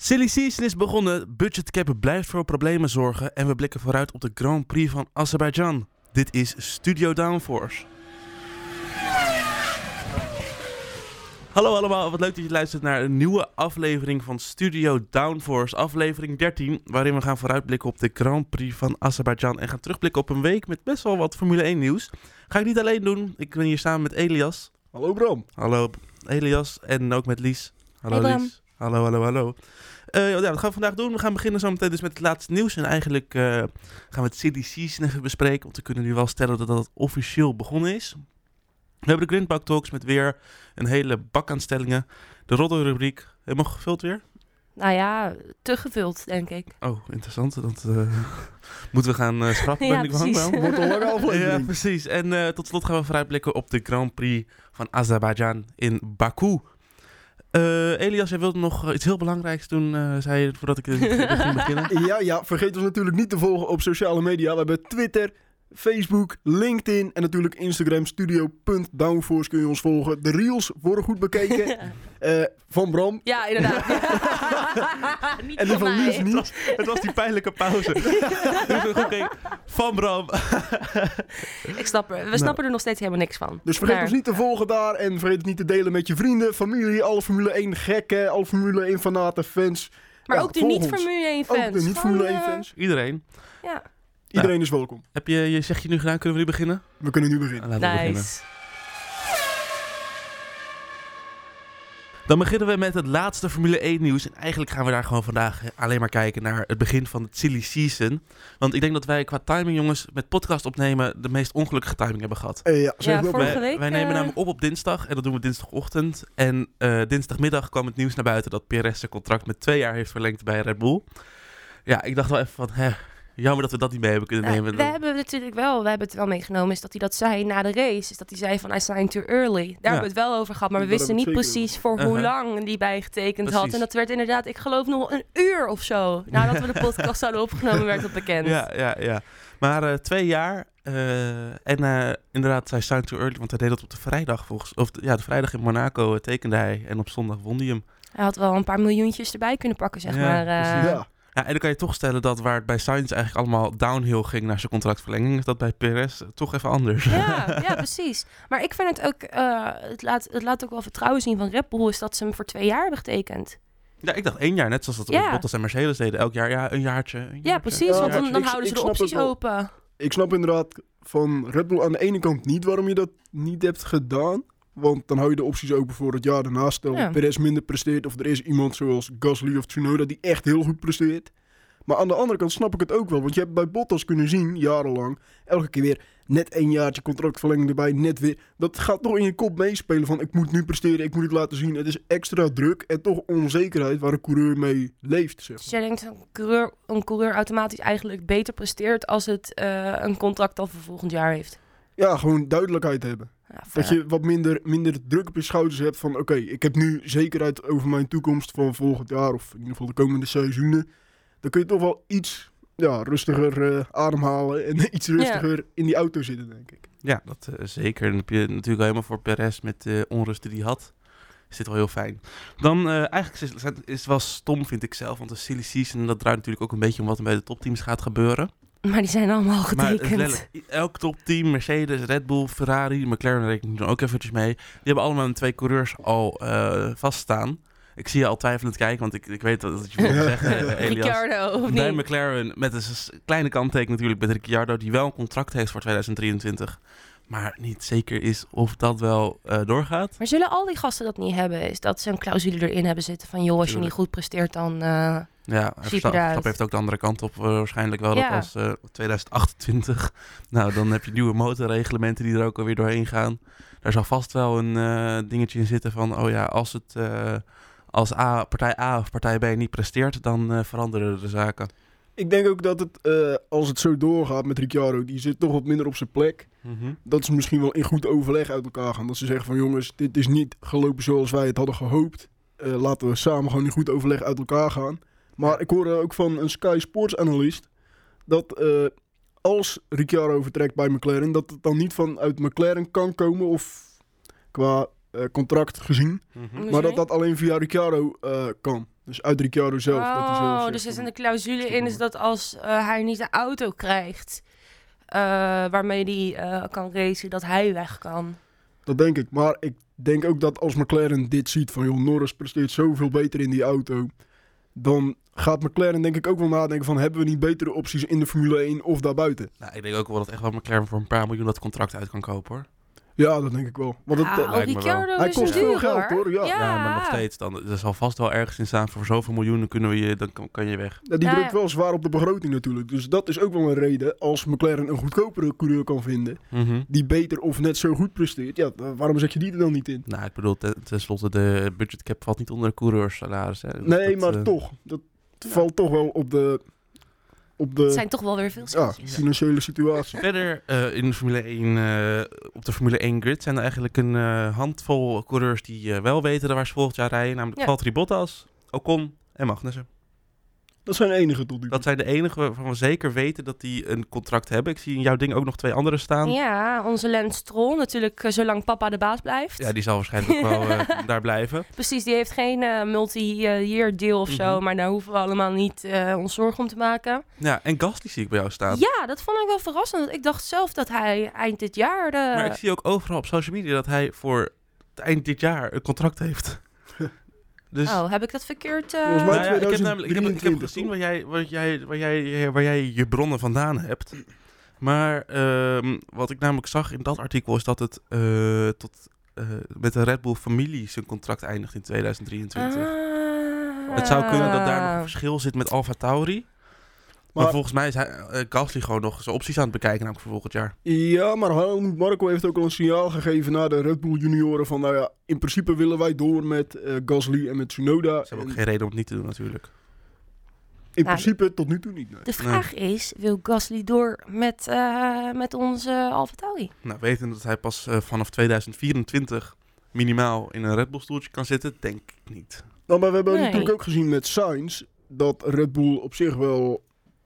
Silly Season is begonnen, budgetcappen blijft voor problemen zorgen en we blikken vooruit op de Grand Prix van Azerbeidzjan. Dit is Studio Downforce. Hallo allemaal, wat leuk dat je luistert naar een nieuwe aflevering van Studio Downforce, aflevering 13, waarin we gaan vooruitblikken op de Grand Prix van Azerbeidzjan en gaan terugblikken op een week met best wel wat Formule 1 nieuws. Ga ik niet alleen doen, ik ben hier samen met Elias. Hallo Bram. Hallo Elias en ook met Lies. Hallo hey, Lies. Hallo. Wat gaan we vandaag doen? We gaan beginnen zo meteen dus met het laatste nieuws. En eigenlijk gaan we het Silly Season even bespreken. Want we kunnen nu wel stellen dat het officieel begonnen is. We hebben de Grindbak Talks met weer een hele bak aan stellingen. De roddelrubriek. Helemaal gevuld weer? Nou ja, te gevuld, denk ik. Oh, interessant. Dat moeten we gaan schrappen, Ja, ben ik bang precies. wel. Wordt een lange aflevering. Ja, precies. En tot slot gaan we vooruitblikken op de Grand Prix van Azerbeidzjan in Baku. Elias, jij wilde nog iets heel belangrijks doen, zei je, voordat ik ging beginnen. Ja, vergeet ons natuurlijk niet te volgen op sociale media. We hebben Twitter, Facebook, LinkedIn en natuurlijk Instagram, studio.downforce kun je ons volgen. De reels worden goed bekeken. Van Bram. Ja, inderdaad. Niet En die van mij. Lies niet. Het was die pijnlijke pauze. Van Bram. Ik snap er. We snappen er nog steeds helemaal niks van. Dus vergeet Maar- ons niet te volgen daar. En vergeet het niet te delen met je vrienden, familie, alle Formule 1 gekken, alle Formule 1 fanaten, fans. Maar Ja, ook de volg niet-Formule 1 fans. Ook de niet-Formule 1 fans. Iedereen. Ja, Iedereen is welkom. Heb je je zegje nu gedaan? Kunnen we nu beginnen? We kunnen nu beginnen. Laten we beginnen. nice. Dan beginnen we met het laatste Formule 1 nieuws. En eigenlijk gaan we daar gewoon vandaag alleen maar kijken naar het begin van het Silly Season. Want ik denk dat wij qua timing, jongens, met podcast opnemen de meest ongelukkige timing hebben gehad. Ja, Ja, zeg wel. vorige week, Wij nemen namelijk op dinsdag en dat doen we dinsdagochtend. En dinsdagmiddag kwam het nieuws naar buiten dat Perez zijn contract met 2 jaar heeft verlengd bij Red Bull. Ja, ik dacht wel even van, jammer dat we dat niet mee hebben kunnen nemen. We hebben het wel meegenomen, is dat hij dat zei na de race. Is dat hij zei van, I signed too early. Daar hebben we het wel over gehad, maar we Daar wisten hebben niet we het zeker precies voor hoe Uh-huh. lang die bijgetekend had. Precies. En dat werd inderdaad, ik geloof nog een uur of zo. Nadat we de podcast hadden opgenomen, werd dat bekend. Ja. Maar 2 jaar. Inderdaad, hij signed too early, want hij deed dat op de vrijdag de vrijdag in Monaco tekende hij. En op zondag won hij hem. Hij had wel een paar miljoentjes erbij kunnen pakken, zeg Ja, maar. precies. Ja. Ja, en dan kan je toch stellen dat waar het bij Sainz eigenlijk allemaal downhill ging naar zijn contractverlenging, is dat bij Perez toch even anders. Ja, precies. Maar ik vind het ook, het laat ook wel vertrouwen zien van Red Bull, is dat ze hem voor 2 jaar hebben getekend. Ja, ik dacht 1 jaar, net zoals dat Ja. Bottas en Mercedes deden. Elk jaar een jaartje. Ja, precies, Ja, want dan ik houden ze de snap opties het wel. open. Ik snap inderdaad van Red Bull aan de ene kant niet waarom je dat niet hebt gedaan. Want dan hou je de opties open voor het jaar daarna. Stel Ja. Perez minder presteert of er is iemand zoals Gasly of Tsunoda die echt heel goed presteert. Maar aan de andere kant snap ik het ook wel. Want je hebt bij Bottas kunnen zien, jarenlang, elke keer weer net 1 jaartje contractverlenging erbij, net weer. Dat gaat toch in je kop meespelen van ik moet nu presteren, ik moet het laten zien. Het is extra druk en toch onzekerheid waar een coureur mee leeft. Zeg. Dus jij denkt dat een coureur automatisch eigenlijk beter presteert als het een contract al voor volgend jaar heeft? Ja, gewoon duidelijkheid hebben. Ja, Dat je wat minder druk op je schouders hebt van oké, ik heb nu zekerheid over mijn toekomst van volgend jaar of in ieder geval de komende seizoenen. Dan kun je toch wel iets rustiger ademhalen en iets rustiger in die auto zitten, denk ik. Ja, dat zeker. En dan heb je natuurlijk helemaal voor Perez met de onrust die hij had. Is dit wel heel fijn. Dan eigenlijk is het wel stom, vind ik zelf. Want de Silly Season, dat draait natuurlijk ook een beetje om wat er bij de topteams gaat gebeuren. Maar die zijn allemaal Maar het getekend. letterlijk, elk topteam, Mercedes, Red Bull, Ferrari, McLaren reken ik er ook eventjes mee. Die hebben allemaal een 2 coureurs al vaststaan. Ik zie je al twijfelend kijken, want ik weet wat je wil zeggen, Elias. Ricciardo, of Bij niet? McLaren, met een kleine kanttekening natuurlijk met Ricciardo, die wel een contract heeft voor 2023. Maar niet zeker is of dat wel doorgaat. Maar zullen al die gasten dat niet hebben? Is dat ze een clausule erin hebben zitten van, joh, als je Tuurlijk. niet goed presteert, dan... Ja, Ziet eruit. Verstappen heeft ook de andere kant op waarschijnlijk wel. Ja. Dat als 2028, nou dan heb je nieuwe motorreglementen die er ook alweer doorheen gaan. Daar zal vast wel een dingetje in zitten van, oh ja, als partij A of partij B niet presteert, dan veranderen de zaken. Ik denk ook dat het, als het zo doorgaat met Ricciardo, die zit toch wat minder op zijn plek. Dat ze misschien wel in goed overleg uit elkaar gaan. Dat ze zeggen van jongens, dit is niet gelopen zoals wij het hadden gehoopt. Laten we samen gewoon in goed overleg uit elkaar gaan. Maar ik hoorde ook van een Sky Sports analist dat als Ricciardo vertrekt bij McLaren, dat het dan niet vanuit McLaren kan komen of qua contract gezien. Mhm. Maar dat alleen via Ricciardo kan. Dus uit Ricciardo zelf. Dat hij zelf zegt dus er van, zit een clausule stop in maar. is dat als hij niet de auto krijgt waarmee hij kan racen, dat hij weg kan. Dat denk ik. Maar ik denk ook dat als McLaren dit ziet van... joh, Norris presteert zoveel beter in die auto... dan gaat McLaren denk ik ook wel nadenken van... hebben we niet betere opties in de Formule 1 of daarbuiten? Nou, ik denk ook wel dat echt wel McLaren voor een paar miljoen dat contract uit kan kopen, hoor. Ja, dat denk ik wel. Want het, lijkt me wel. Ricciardo Hij is kost een veel duur, geld, hoor, ja. Ja, maar nog steeds. Er zal vast wel ergens in staan voor zoveel miljoenen kunnen we je, dan kan je weg. die Ja. drukt wel zwaar op de begroting natuurlijk. Dus dat is ook wel een reden als McLaren een goedkopere coureur kan vinden... die beter of net zo goed presteert. Ja, waarom zet je die er dan niet in? Nou, ik bedoel, tenslotte de budgetcap valt niet onder de coureurssalaris. Hè. Dus Nee, dat, maar toch. Dat valt toch wel op de Het zijn toch wel weer veel centjes. financiële situatie. Verder in de Formule 1, op de Formule 1 grid zijn er eigenlijk een handvol coureurs die wel weten waar ze volgend jaar rijden. Namelijk Ja. Valtteri Bottas, Ocon en Magnussen. Dat zijn de enige tot nu toe. Dat zijn de enigen waarvan we zeker weten dat die een contract hebben. Ik zie in jouw ding ook nog 2 andere staan. Ja, onze Lance Stroll natuurlijk, zolang papa de baas blijft. Ja, die zal waarschijnlijk ook wel daar blijven. Precies, die heeft geen multi-year deal of zo, Mhm. maar daar hoeven we allemaal niet ons zorgen om te maken. Ja, en Gasly zie ik bij jou staan. Ja, dat vond ik wel verrassend. Want ik dacht zelf dat hij eind dit jaar... Maar ik zie ook overal op social media dat hij voor het eind dit jaar een contract heeft. Dus Oh, heb ik dat verkeerd... Volgens mij- nou ja, ik heb 2023, gezien waar jij je bronnen vandaan hebt. Maar wat ik namelijk zag in dat artikel is dat het met de Red Bull familie zijn contract eindigt in 2023. Het zou kunnen dat daar nog een verschil zit met AlphaTauri. Maar Maar- volgens mij is Gasly gewoon nog zijn opties aan het bekijken namelijk voor volgend jaar. Ja, maar Helmut Marko heeft ook al een signaal gegeven naar de Red Bull junioren van... nou ja, in principe willen wij door met Gasly en met Tsunoda. Ze hebben En ook geen reden om het niet te doen natuurlijk. in Nou, principe tot nu toe niet, nee. De vraag is, wil Gasly door met onze AlphaTauri? Nou, weten dat hij pas vanaf 2024 minimaal in een Red Bull stoeltje kan zitten, denk ik niet. Nou, maar we hebben Nee. natuurlijk ook gezien met Sainz... dat Red Bull op zich wel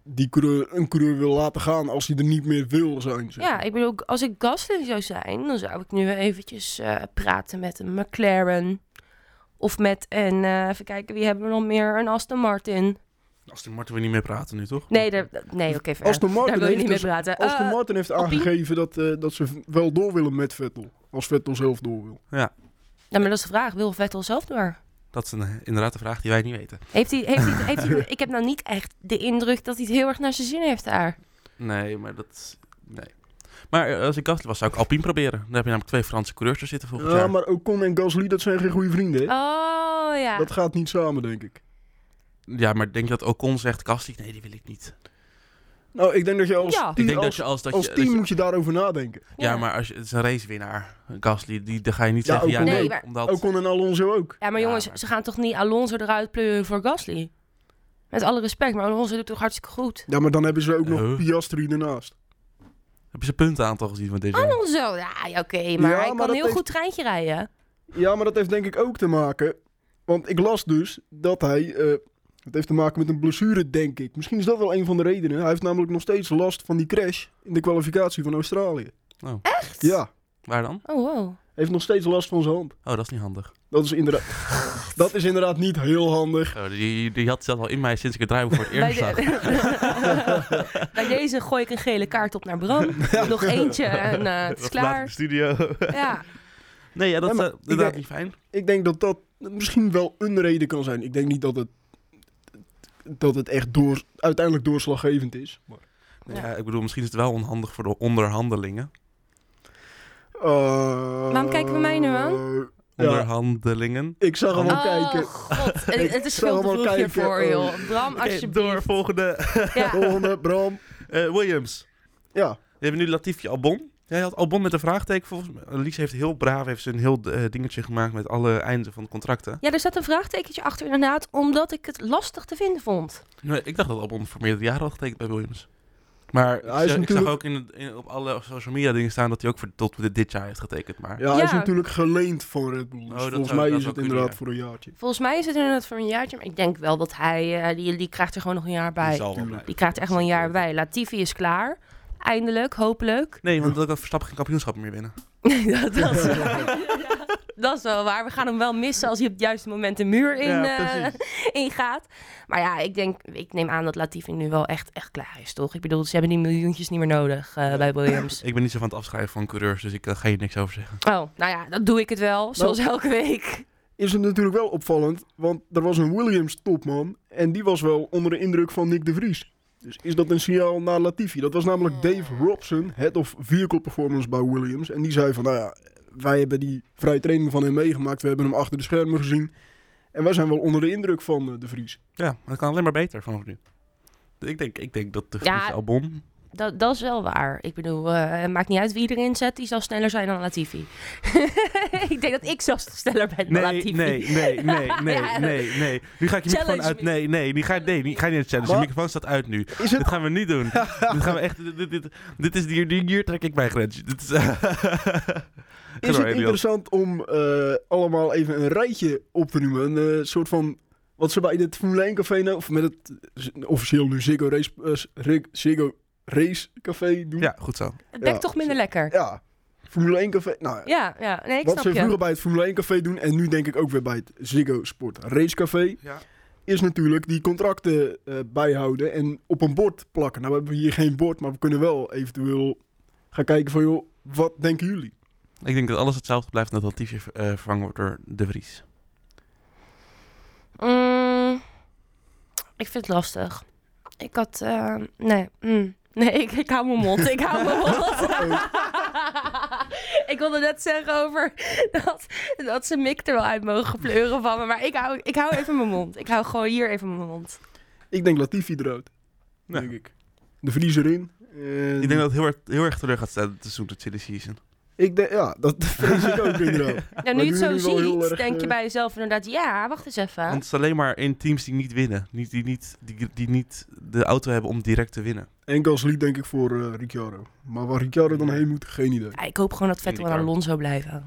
een coureur wil laten gaan als hij er niet meer wil zijn. zeg Ja, maar. ik bedoel, als ik Gasly zou zijn, dan zou ik nu eventjes praten met een McLaren. Of met een, even kijken, wie hebben we nog meer? Een Aston Martin. Aston Martin wil niet meer praten nu, toch? Nee, oké, fair. Aston Martin Daar wil je heeft niet mee dus- praten. Aston Martin heeft Alpine? aangegeven dat ze wel door willen met Vettel. Als Vettel zelf door wil. Ja, maar dat is de vraag. Wil Vettel zelf door? Dat is inderdaad een vraag die wij niet weten. Heeft hij, ik heb nou niet echt de indruk dat hij het heel erg naar zijn zin heeft daar. Nee, maar dat... Nee. Maar als ik Gasly was, zou ik Alpine proberen. Dan heb je namelijk 2 Franse coureurs er zitten volgend Ja, jaar. maar Ocon en Gasly, dat zijn geen goede vrienden. Hè? Oh, ja. Dat gaat niet samen, denk ik. Ja, maar denk je dat Ocon zegt, Gasly, nee, die wil ik niet. Nou, ik denk dat je als Ja. Ik team, denk dat als, je als als team moet je daarover nadenken. Ja, maar als je, het is een racewinnaar. Gasly, dan ga je niet Ja, zeggen, ja, Ocon nee, ook. Nee, maar- omdat... Ocon en Alonso ook. Ja, maar Ja, jongens, maar- ze gaan toch niet Alonso eruit pleuren voor Gasly? Met alle respect, maar Alonso doet toch hartstikke goed. Ja, maar dan hebben ze ook nog Huh? Piastri ernaast. Heb je zijn puntenaantal gezien van dit jaar? Alonso, ja, oké, maar Ja, hij maar kan dat heel heeft- goed treintje rijden. Ja, maar dat heeft denk ik ook te maken... Want ik las dus dat hij... het heeft te maken met een blessure, denk ik. Misschien is dat wel een van de redenen. Hij heeft namelijk nog steeds last van die crash in de kwalificatie van Australië. Oh. Echt? Ja, Waar dan? Oh, wow. hij heeft nog steeds last van zijn hand. Oh, dat is niet handig. Dat is inderdaad niet heel handig. Oh, die had zelf al in mij sinds ik het draaiboek voor het eerst zag. Bij deze gooi ik een gele kaart op naar Bram. Nog eentje en het is Dat laat ik klaar. de studio. Ja. Nee, ja, dat Ja, is maar inderdaad denk- niet fijn. Ik denk dat dat misschien wel een reden kan zijn. Ik denk niet dat het echt uiteindelijk doorslaggevend is. Maar, Ja, ik bedoel, misschien is het wel onhandig voor de onderhandelingen. Waarom kijken we mij nu aan? Ja, Onderhandelingen. ik zag hem al Oh, kijken. god. Het is zal veel te wel vroeg kijken, hiervoor, joh. Bram, Oké, alsjeblieft. door, volgende. Ja. Volgende, Bram. Williams. Ja, We hebben nu Latifi Albon. Jij had Albon met een vraagteken volgens mij. Lies heeft heel braaf heeft ze een heel dingetje gemaakt met alle einden van de contracten. Ja, er staat een vraagtekentje achter inderdaad, omdat ik het lastig te vinden vond. Nee, ik dacht dat Albon voor meerdere jaren had getekend bij Williams. Maar Ja, hij is ik natuurlijk- zag ook op alle social media dingen staan dat hij ook voor tot dit jaar heeft getekend. Maar ja, hij is Ja. natuurlijk geleend van Red Bull. Dus dat volgens zou- mij dat is zou het kunnen, inderdaad ja. voor een jaartje. Volgens mij is het inderdaad voor een jaartje, maar ik denk wel dat hij, die krijgt er gewoon nog een jaar bij. Die krijgt er echt wel een jaar bij. Latifi is klaar. Eindelijk, hopelijk. Nee, want dat Verstappen geen kampioenschap meer winnen. dat Dat is wel waar. We gaan hem wel missen als hij op het juiste moment de muur in gaat. Maar ja, ik neem aan dat Latifi nu wel echt klaar is, toch? Ik bedoel, ze hebben die miljoentjes niet meer nodig bij Williams. Ik ben niet zo van het afschrijven van coureurs, dus ik ga hier niks over zeggen. Oh, nou ja, dat doe ik het wel, zoals elke week. Is het natuurlijk wel opvallend, want er was een Williams-topman en die was wel onder de indruk van Nick de Vries. Dus is dat een signaal naar Latifi? Dat was namelijk Dave Robson, Head of Vehicle Performance bij Williams. En die zei van, nou ja, wij hebben die vrije training van hem meegemaakt. We hebben hem achter de schermen gezien. En wij zijn wel onder de indruk van de Vries. Ja, maar het kan alleen maar beter vanaf nu. Ik denk dat de Vries Albon... Dat is wel waar. Ik bedoel, het maakt niet uit wie erin zet. Die zal sneller zijn dan Latifi. Ik denk dat ik zelfs sneller ben dan Latifi. Nee. Nu ga ik je microfoon uit... Nee, die ga je niet uitzetten. Je microfoon staat uit nu. Dit gaan we niet doen. Dit gaan we echt... Dit is hier trek ik mijn grens. Is het interessant om allemaal even een rijtje op te noemen? Een soort van... Wat ze bij dit Formule 1 café... Of met het officieel nu Ziggo Race Café doen. Ja, goed zo. Het bekt toch minder lekker. Ja, Formule 1 Café. Nou, ja, nee, ik wat snap ze vroeger bij het Formule 1 Café doen en nu denk ik ook weer bij het Ziggo Sport Race Café, is natuurlijk die contracten bijhouden en op een bord plakken. Nou hebben we hier geen bord, maar we kunnen wel eventueel gaan kijken van, joh, wat denken jullie? Ik denk dat alles hetzelfde blijft en dat Latifi vervangen wordt door De Vries. Ik vind het lastig. Ik had... Nee, ik hou mijn mond. Ik wilde net zeggen over dat ze Mick er wel uit mogen pleuren van me. Maar ik hou even mijn mond. Ik hou gewoon hier even mijn mond. Ik denk Latifi eruit. Ja. Denk ik. De Vries erin. Ik denk dat het heel erg terug gaat stellen het seizoen tot silly season. Ik denk, ja, dat vrees ik ook inderdaad. Ja, nu je het zo ziet, denk je bij jezelf inderdaad, ja, wacht eens even. Want het is alleen maar in teams die niet winnen. Die niet de auto hebben om direct te winnen. En Gasly denk ik voor Ricciardo. Maar waar Ricciardo dan heen moet, geen idee. Ja, ik hoop gewoon dat Vettel en Alonso blijven.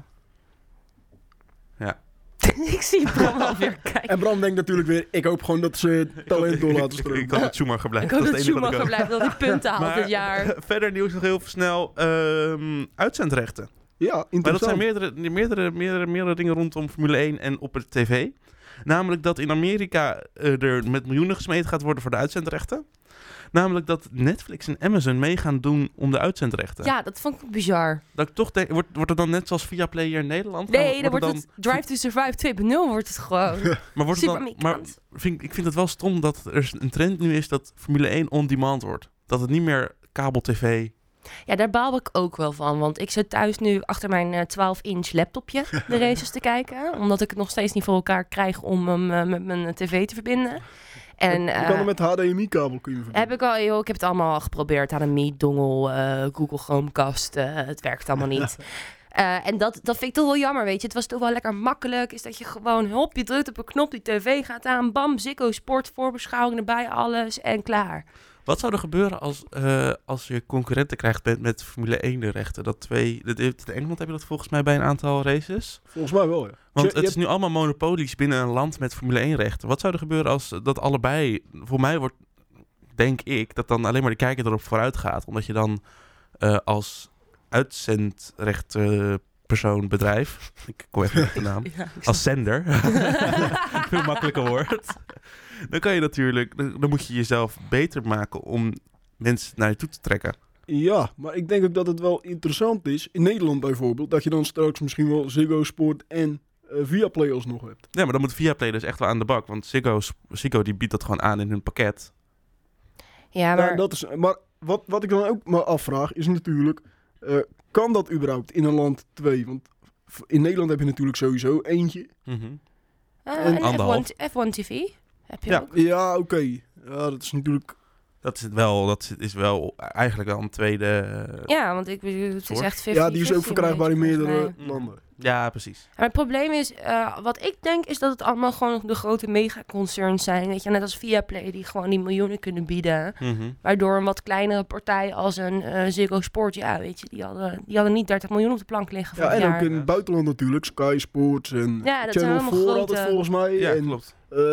Ja. Ik zie Bram alweer kijken. En Bram denkt natuurlijk weer, ik hoop gewoon dat ze talent door laten stromen. Ik hoop dat Schumacher blijft. Ik hoop dat Schumacher blijft, dat hij punten haalt dit jaar. Verder nieuws nog heel snel. Uitzendrechten. Ja, interessant. Maar dat zijn meerdere dingen rondom Formule 1 en op het tv. Namelijk dat in Amerika er met miljoenen gesmeten gaat worden voor de uitzendrechten. Namelijk dat Netflix en Amazon mee gaan doen om de uitzendrechten. Ja, dat vond ik bizar. Dat ik toch denk, wordt het dan net zoals Viaplay hier in Nederland? Nee, dan wordt het Drive to Survive 2.0 wordt het gewoon. Maar wordt het dan, maar ik vind het wel stom dat er een trend nu is dat Formule 1 on-demand wordt. Dat het niet meer kabel-tv... Ja, daar baal ik ook wel van. Want ik zit thuis nu achter mijn 12-inch laptopje de races te kijken. Omdat ik het nog steeds niet voor elkaar krijg om hem met mijn tv te verbinden. En, je kan hem met HDMI-kabel kunnen verbinden. Ik heb het allemaal al geprobeerd. HDMI, dongel, Google Chromecast. Het werkt allemaal niet. En dat vind ik toch wel jammer, weet je. Het was toch wel lekker makkelijk. Is dat je gewoon, hop, je drukt op een knop, die tv gaat aan. Bam, Ziggo Sport, voorbeschouwing erbij, alles en klaar. Wat zou er gebeuren als je concurrenten krijgt met Formule 1 de rechten? In Engeland heb je dat volgens mij bij een aantal races. Volgens mij wel, ja. Want het is nu allemaal monopolies binnen een land met Formule 1 rechten. Wat zou er gebeuren als dat allebei... Voor mij wordt, denk ik, dat dan alleen maar de kijker erop vooruit gaat. Omdat je dan als uitzendrechtpersoon, bedrijf... Ik kom even met de naam. Als zender. Veel makkelijker woord. Dan kan je natuurlijk... Dan moet je jezelf beter maken om mensen naar je toe te trekken. Ja, maar ik denk ook dat het wel interessant is, in Nederland bijvoorbeeld, dat je dan straks misschien wel Ziggo Sport en Viaplay alsnog hebt. Ja, maar dan moet Viaplay dus echt wel aan de bak, want Ziggo die biedt dat gewoon aan in hun pakket. Ja, maar... maar wat ik dan ook me afvraag is natuurlijk, kan dat überhaupt in een land 2? Want in Nederland heb je natuurlijk sowieso eentje. Mm-hmm. En F1 TV heb je ook. Ja, oké. Ja, dat is natuurlijk... Dat is wel eigenlijk wel een tweede... Ja, want ik bedoel, het is echt 50-50. Ja, die is ook verkrijgbaar in meerdere landen. Ja, precies. Maar het probleem is, wat ik denk, is dat het allemaal gewoon de grote megaconcerns zijn. Weet je, net als Viaplay, die gewoon die miljoenen kunnen bieden. Mm-hmm. Waardoor een wat kleinere partij als een Ziggo Sport, ja, weet je, die hadden niet 30 miljoen op de plank liggen. Ja, en jaar. Ook in het buitenland natuurlijk, Sky Sports en Channel 4 altijd volgens mij. Ja, en, klopt.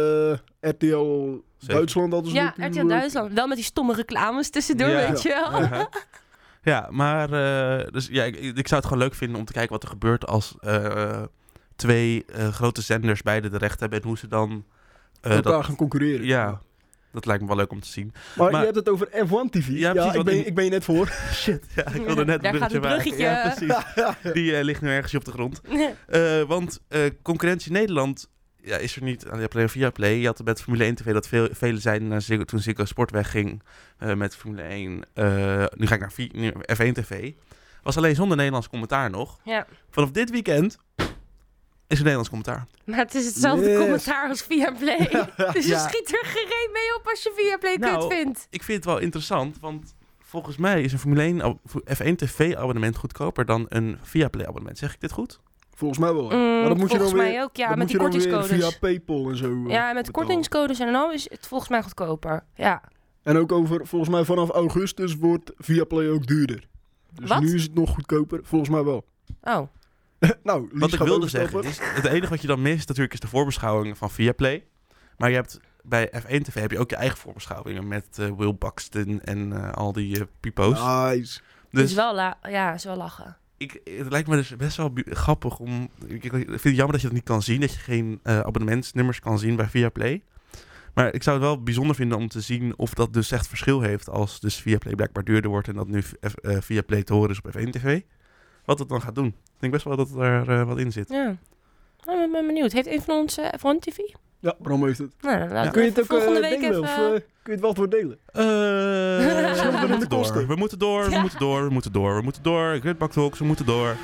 RTL Duitsland hadden ze natuurlijk. Ja, RTL Duitsland. Wel met die stomme reclames tussendoor, weet je wel. Uh-huh. Ja, maar dus, ja, ik zou het gewoon leuk vinden om te kijken wat er gebeurt als 2 grote zenders beide de recht hebben en hoe ze dan... elkaar gaan concurreren. Ja, dat lijkt me wel leuk om te zien. Maar Maar- je hebt het over F1 TV. Ja, precies, wat ik ben je net voor. Shit, ja, ik wilde net Daar gaat het maken. bruggetje. Ja, precies. Die ligt nu ergens op de grond. Want concurrentie Nederland is er niet. Je hebt alleen Viaplay. Je had met Formule 1 TV dat velen zeiden toen Ziggo Sport wegging met Formule 1. Nu ga ik naar F1 TV. Was alleen zonder Nederlands commentaar nog. Ja. Vanaf dit weekend is er Nederlands commentaar. Maar het is hetzelfde Yes. commentaar als Viaplay. Dus je Ja. schiet er gereed mee op als je Viaplay Nou, kut vindt. Ik vind het wel interessant, want volgens mij is een Formule 1 F1 TV abonnement goedkoper dan een Viaplay abonnement. Zeg ik dit goed? Volgens mij wel. Maar dat moet je volgens dan weer, mij ook, ja, dat met moet die je dan weer kortingscodes. via PayPal en zo. Ja, met betalen. kortingscodes en al is het volgens mij goedkoper. Ja. En ook volgens mij vanaf augustus wordt Viaplay ook duurder. Dus Wat? nu is het nog goedkoper. Volgens mij wel. Oh. Nou, Lies Wat ik gaat wilde overstappen. zeggen is, het enige wat je dan mist natuurlijk is de voorbeschouwing van Viaplay. Maar je hebt bij F1 TV heb je ook je eigen voorbeschouwingen met Will Buxton en al die pipo's. Nice. Dus Dus wel, is wel lachen. het lijkt me dus best wel grappig om... Ik vind het jammer dat je dat niet kan zien, dat je geen abonnementsnummers kan zien bij Viaplay. Maar ik zou het wel bijzonder vinden om te zien of dat dus echt verschil heeft als dus Viaplay blijkbaar duurder wordt en dat nu Viaplay te horen is op F1 TV. Wat het dan gaat doen. Ik denk best wel dat er wat in zit. Ja. Ik ben benieuwd. Heeft een van ons F1 TV? Ja, Bram heeft het. Nou, dan laten Kun je we het ook volgende delen week even... of kun je het wel delen? We moeten de kosten? door. We moeten door. We moeten door. We moeten door. We moeten door. Gridbak Talks. We moeten door.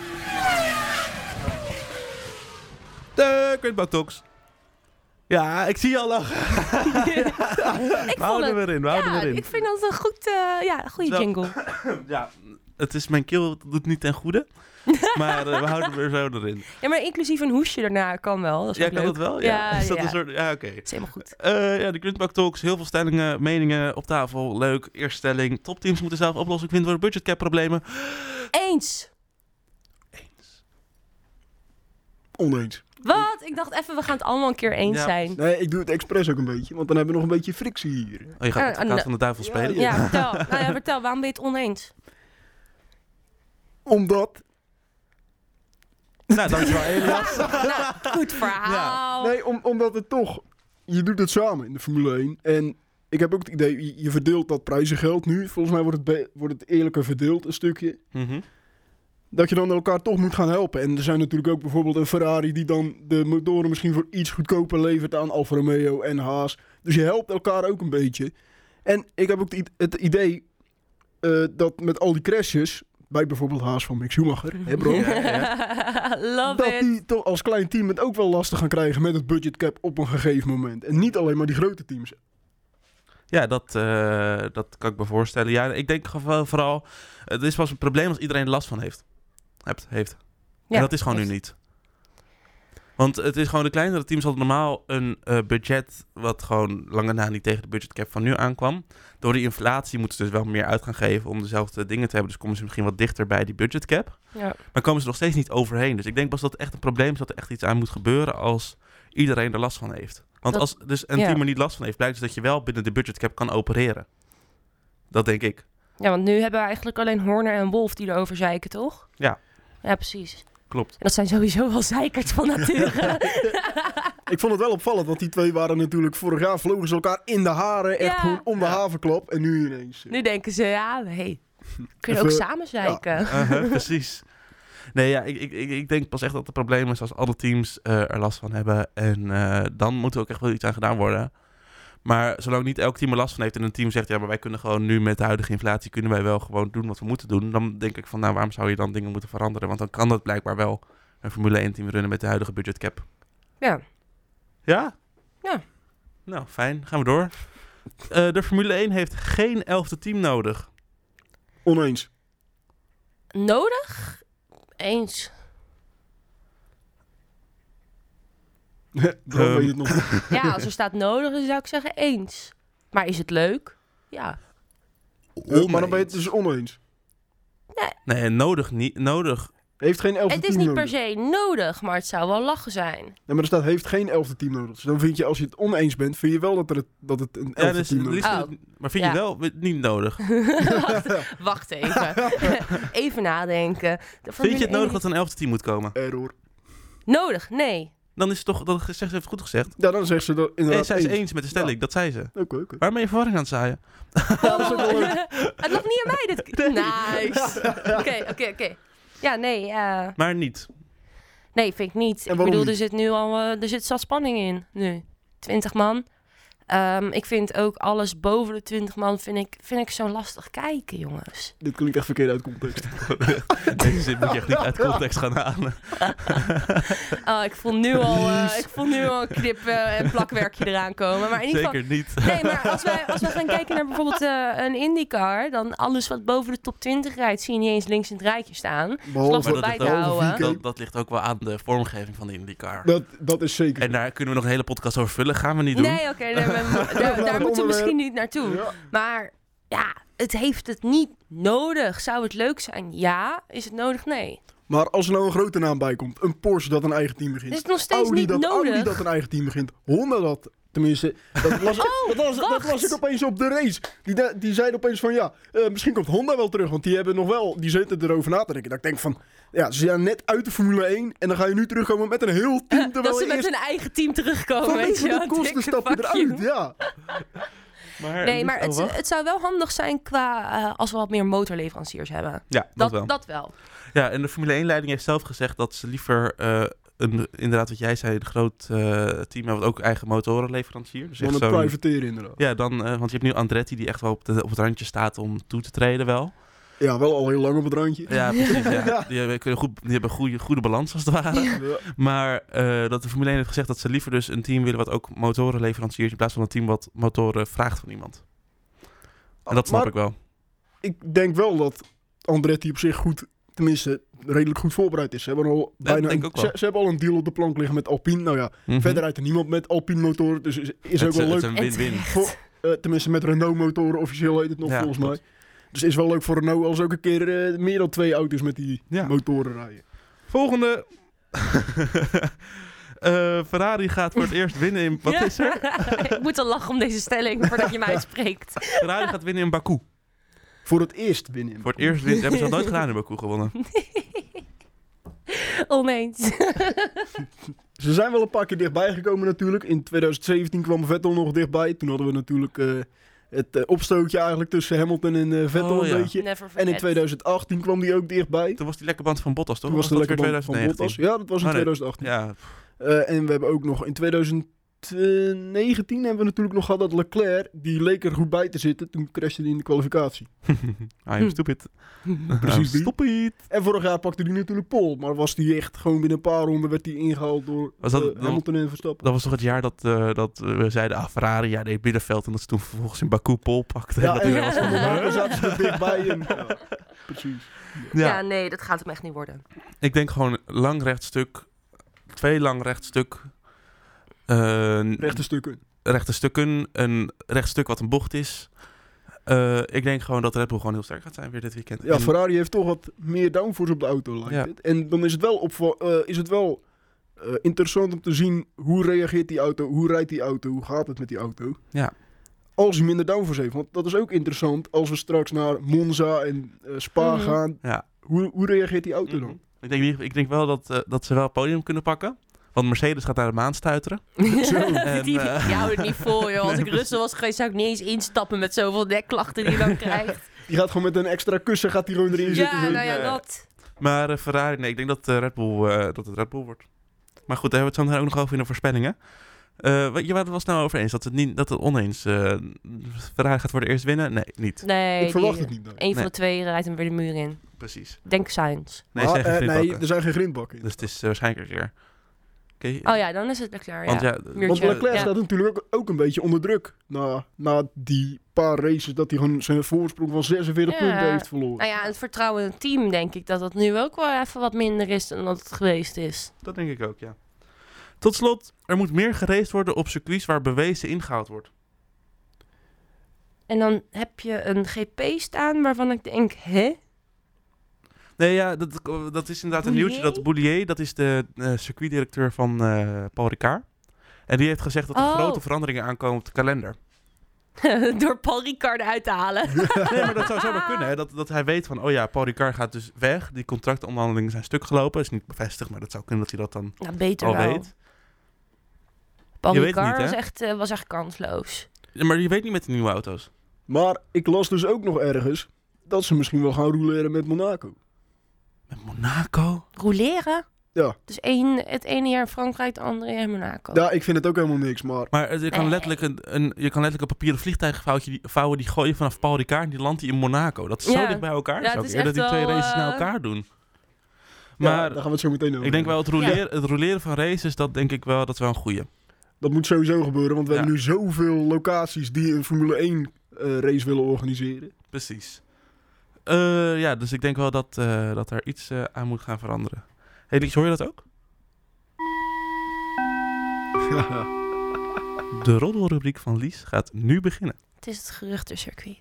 De Gridbak Talks. Ja, ik zie je al lachen. Ik We houden er weer in. We houden ja, erin. ik vind dat een goede Zo. jingle. Ja, het is mijn keel doet niet ten goede. Maar we houden er zo erin. Ja, maar inclusief een hoesje daarna kan wel. Dat is Ja, ook kan leuk. dat wel? Ja, Is dat ja. een soort... Ja, oké. Dat is helemaal goed. Ja, de Gridbak Talks. Heel veel stellingen, meningen op tafel. Leuk. Eerste stelling. Topteams moeten zelf oplossing vinden voor de budgetcap problemen. Eens. Oneens. Wat? Ik dacht even, we gaan het allemaal een keer eens Ja. zijn. Nee, ik doe het expres ook een beetje, want dan hebben we nog een beetje frictie hier. Oh, je gaat met de kaart nee. van de duivel Ja, spelen? Ja, vertel. Nou ja, vertel. Waarom ben je het oneens? Omdat... Nou, dankjewel Elias. Nou, goed verhaal. Nee, omdat het toch... Je doet het samen in de Formule 1. En ik heb ook het idee, je verdeelt dat prijzengeld nu. Volgens mij wordt het eerlijker verdeeld, een stukje. Mhm. Dat je dan elkaar toch moet gaan helpen. En er zijn natuurlijk ook bijvoorbeeld een Ferrari die dan de motoren misschien voor iets goedkoper levert aan Alfa Romeo en Haas. Dus je helpt elkaar ook een beetje. En ik heb ook het idee dat met al die crashes, bij bijvoorbeeld Haas van Mick Schumacher, hè bro? Love Dat it. die toch als klein team het ook wel lastig gaan krijgen met het budgetcap op een gegeven moment. En niet alleen maar die grote teams. Ja, dat kan ik me voorstellen. Ja, ik denk vooral, het is pas een probleem als iedereen er last van heeft. Heeft. Ja, En dat is gewoon heeft. nu niet. Want het is gewoon de kleinere teams hadden normaal een budget wat gewoon lange na niet tegen de budgetcap van nu aankwam. Door die inflatie moeten ze dus wel meer uit gaan geven om dezelfde dingen te hebben. Dus komen ze misschien wat dichter bij die budgetcap. Ja. Maar komen ze nog steeds niet overheen. Dus ik denk pas dat het echt een probleem is dat er echt iets aan moet gebeuren als iedereen er last van heeft. Want Dat- als dus een ja. team er niet last van heeft, blijkt dus dat je wel binnen de budgetcap kan opereren. Dat denk ik. Ja, want nu hebben we eigenlijk alleen Horner en Wolf die erover zeiken, toch? Ja. Ja, precies. Klopt. En dat zijn sowieso wel zeikers van nature. Ik vond het wel opvallend, want die twee waren natuurlijk vorig jaar vlogen ze elkaar in de haren. Echt Ja. gewoon om de havenklap. En nu ineens. Nu denken ze, ja, hey, kun je Even- ook samen zeiken. Precies. Nee, ja, ik denk pas echt dat het probleem is als alle teams er last van hebben. En dan moet er ook echt wel iets aan gedaan worden. Maar zolang niet elk team er last van heeft en een team zegt, ja, maar wij kunnen gewoon nu met de huidige inflatie, kunnen wij wel gewoon doen wat we moeten doen. Dan denk ik van, nou, waarom zou je dan dingen moeten veranderen? Want dan kan dat blijkbaar wel een Formule 1 team runnen met de huidige budgetcap. Ja. Ja? Ja. Nou, fijn. Gaan we door. De Formule 1 heeft geen 11e team nodig. Oneens. Nodig? Eens. Dan weet je het nog. Ja, als er staat nodig, dan zou ik zeggen eens. Maar is het leuk? Ja. Maar dan ben je het dus oneens. Nee, nodig niet. Nodig. Heeft geen 11e Het is team niet nodig. per se nodig, maar het zou wel lachen zijn. Nee, maar er staat heeft geen 11e team nodig. Dus dan vind je, als je het oneens bent, vind je wel dat het een 11e Ja, dus team nodig liefst, Oh. maar vind je Ja. wel niet nodig? Wacht even. Even nadenken. Vind je het nodig dat er een 11e team moet komen? is. Error. Nodig? Nee. Dan is het toch, dat zegt ze heeft het goed gezegd. Ja, dan zegt ze dat En inderdaad zij is eens met de stelling, dat zei ze. Oké. Waarom ben je verwarring aan het zaaien? Ja, dat is ook wel leuk. Het lag niet aan mij. Nice. Oké. Ja, nee. Maar niet. Nee, vind ik niet. En Ik waarom bedoel, niet? er zit nu al er zit zat spanning in. Nu. 20 man. Ik vind ook alles boven de 20 man vind ik zo lastig kijken, jongens. Dit klinkt echt verkeerd uit context. Deze zin moet je echt niet uit context gaan halen. Ik voel nu al een knip- en plakwerkje eraan komen. Maar in ieder geval, Zeker niet. nee, maar als we gaan kijken naar bijvoorbeeld een IndyCar, dan alles wat boven de top 20 rijdt, zie je niet eens links in het rijtje staan. Behalve Maar dat bij ligt te ook- houden. Dat ligt ook wel aan de vormgeving van de IndyCar. Dat is zeker. En daar kunnen we nog een hele podcast over vullen. Gaan we niet doen. Nee, oké, daar moeten we misschien niet naartoe. Ja. Maar ja, het heeft het niet nodig. Zou het leuk zijn? Ja. Is het nodig? Nee. Maar als er nou een grote naam bij komt, een Porsche dat een eigen team begint. Is het nog steeds Audi niet dat nodig? een eigen team begint. Honda dat, tenminste. Dat las ik opeens op de race. Die zeiden opeens van ja, misschien komt Honda wel terug. Want die hebben nog wel, die zitten erover na te denken. Dat ik denk van, ja, ze zijn net uit de Formule 1. En dan ga je nu terugkomen met een heel team. Dat ze met hun eigen team terugkomen, weet je de wel. kosten stap je Fuck eruit, you. ja. Nee, maar het zou wel handig zijn qua als we wat meer motorleveranciers hebben. Ja, dat wel. Dat wel. Ja, en de Formule 1-leiding heeft zelf gezegd dat ze liever inderdaad wat jij zei, een groot team hebben wat ook eigen motorenleverancier. Dus echt Van een zo'n- privateer inderdaad. Ja, dan, want je hebt nu Andretti die echt wel op het randje staat om toe te treden wel. Ja, wel al heel lang op het randje. Ja, precies. Ja. Die hebben goede balans als het ware. Ja. Maar dat de Formule 1 heeft gezegd dat ze liever dus een team willen wat ook motorenleveranciers in plaats van een team wat motoren vraagt van iemand. En dat snap Maar ik wel. ik denk wel dat Andretti op zich goed, tenminste redelijk goed voorbereid is. Ze hebben al bijna denk ik ook wel. ze hebben al een deal op de plank liggen met Alpine. Nou ja, Mhm. verder rijdt er niemand met Alpine motoren, dus is ook Het wel is leuk. een win-win. Voor, tenminste met Renault motoren, officieel heet het nog Ja, volgens klopt. mij. Dus is wel leuk voor Renault als ook een keer meer dan 2 auto's met die Ja. motoren rijden. Volgende. Ferrari gaat voor het eerst winnen in... Wat is er? Ik moet al lachen om deze stelling voordat je mij uitspreekt. Ferrari gaat winnen in Baku. Voor het eerst winnen. Voor het eerst winnen. Hebben ze nog nooit gedaan in Baku gewonnen. Oneens. Ze zijn wel een paar keer dichtbij gekomen natuurlijk. In 2017 kwam Vettel nog dichtbij. Toen hadden we natuurlijk het opstootje eigenlijk tussen Hamilton en Vettel Oh, een ja. beetje. Never En forget. in 2018 kwam die ook dichtbij. Toen was die lekke band van Bottas, toch? Toen was de Of lekker weer band van 2019? Bottas. Ja, dat was in Oh, nee. 2018. Ja, En we hebben ook nog in 2019 hebben we natuurlijk nog gehad dat Leclerc, die leek er goed bij te zitten. Toen crashte hij in de kwalificatie. I am stupid. Precies die. Stupid. En vorig jaar pakte hij natuurlijk pole. Maar was hij echt gewoon binnen een paar ronden werd hij ingehaald door Was dat- Hamilton en Verstappen. Dat was toch het jaar dat we zeiden, Ferrari, ja, nee, middenveld. En dat ze toen vervolgens in Baku pole pakte. Ja, dat en iedereen was van, daarna zaten ze er dichtbij. En, ja, precies. Ja, nee, dat gaat hem echt niet worden. Ik denk gewoon lang rechtstuk, 2 lang rechtstuk, Rechte stukken. rechte stukken, een rechtstuk wat een bocht is. Ik denk gewoon dat Red Bull gewoon heel sterk gaat zijn weer dit weekend. Ja, En- Ferrari heeft toch wat meer downforce op de auto, lijkt Ja. het. En dan is het wel, interessant om te zien hoe reageert die auto, hoe rijdt die auto, hoe gaat het met die auto. Ja. Als hij minder downforce heeft. Want dat is ook interessant als we straks naar Monza en Spa Mhm. gaan. Ja. Hoe reageert die auto dan? Ik denk wel dat ze wel het podium kunnen pakken. Want Mercedes gaat naar de maan stuiteren. En, Die houdt het niet vol, joh. Als ik Russell was geweest, zou ik niet eens instappen met zoveel nekklachten die je dan krijgt. Die gaat gewoon met een extra kussen gaat die gewoon erin zitten. Ja, zo. nou ja, Ja. dat. Maar Ferrari, nee, ik denk dat Red Bull, dat het Red Bull wordt. Maar goed, daar hebben we het zo meteen ook nog over in de voorspellingen. Waar was het nou over eens? Dat het oneens. Ferrari gaat voor het eerst winnen? Nee, niet. Nee, Ik verwacht het niet. nee. Een van Nee. de twee rijdt hem weer de muur in. Precies. Denk Sainz. Nee, Maar, ze zijn geen nee, grindbakken. er zijn geen grindbakken in. Dus het is waarschijnlijk weer. Oké. Oh ja, dan is het Leclerc, Want ja. ja, Muurtje. Want Leclerc Ja. staat natuurlijk ook een beetje onder druk. Na die paar races dat hij gewoon zijn voorsprong van 46 Ja. punten heeft verloren. Nou ja, het vertrouwen in het team denk ik dat dat nu ook wel even wat minder is dan dat het geweest is. dat denk ik ook, ja. Tot slot, er moet meer geraced worden op circuits waar bewezen ingehaald wordt. En dan heb je een GP staan waarvan ik denk, hè? Nee, ja, dat is inderdaad een nieuwtje. Dat Boulier, dat is de circuitdirecteur van Paul Ricard. En die heeft gezegd dat er Oh. grote veranderingen aankomen op de kalender. Door Paul Ricard uit te halen. Nee, maar dat zou zomaar kunnen. Hè? Dat hij weet van, oh ja, Paul Ricard gaat dus weg. Die contractonderhandelingen zijn stuk gelopen. Is niet bevestigd, maar dat zou kunnen dat hij dat dan Nou, beter al wel. weet. Paul Je weet het Ricard niet, hè? was echt kansloos. Ja, maar je weet niet met de nieuwe auto's. Maar ik las dus ook nog ergens dat ze misschien wel gaan roleren met Monaco. Met Monaco? Rouleren? Ja. Dus het ene jaar in Frankrijk, het andere jaar in Monaco. Ja, ik vind het ook helemaal niks, maar... Maar je kan Nee. letterlijk een papieren vliegtuig vouwen die gooi je vanaf Paul Ricard en die landt die in Monaco. Dat is zo Ja. dicht bij elkaar. Ja, Dus het ook is eerder echt die twee wel, races naar elkaar doen. Maar Maar daar gaan we het zo meteen over ik denk hebben. wel het roleren van races, dat denk ik wel, dat is wel een goeie. Dat moet sowieso gebeuren, want we Ja. hebben nu zoveel locaties die een Formule 1 race willen organiseren. Precies. Ja, dus ik denk wel dat er iets aan moet gaan veranderen. Hey Lies, hoor je dat ook? De roddelrubriek van Lies gaat nu beginnen. Het is het geruchtencircuit.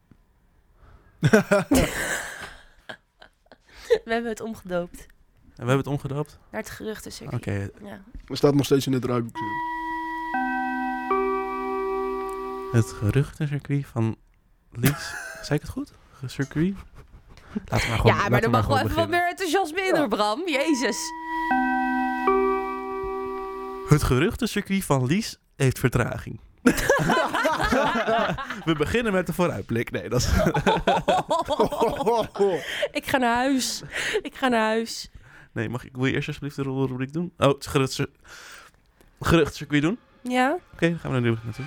We hebben het omgedoopt En we hebben het omgedoopt. naar het geruchtencircuit. Oké. Ja. Er staat nog steeds in het draaiboek. Zo. Het geruchtencircuit van Lies. Zei ik het goed? Circuit? Laten we maar gewoon, Ja, maar laten er we mag wel gewoon even wat beginnen. meer enthousiasme in, hoor, Bram. Jezus. Het geruchtencircuit van Lies heeft vertraging. We beginnen met de vooruitblik. Nee, dat is... Ik ga naar huis. Ik ga naar huis. Nee, wil je eerst alsjeblieft de roddelrubriek doen? Oh, het geruchtencircuit doen? Ja? Oké, dan gaan we naar nu naartoe.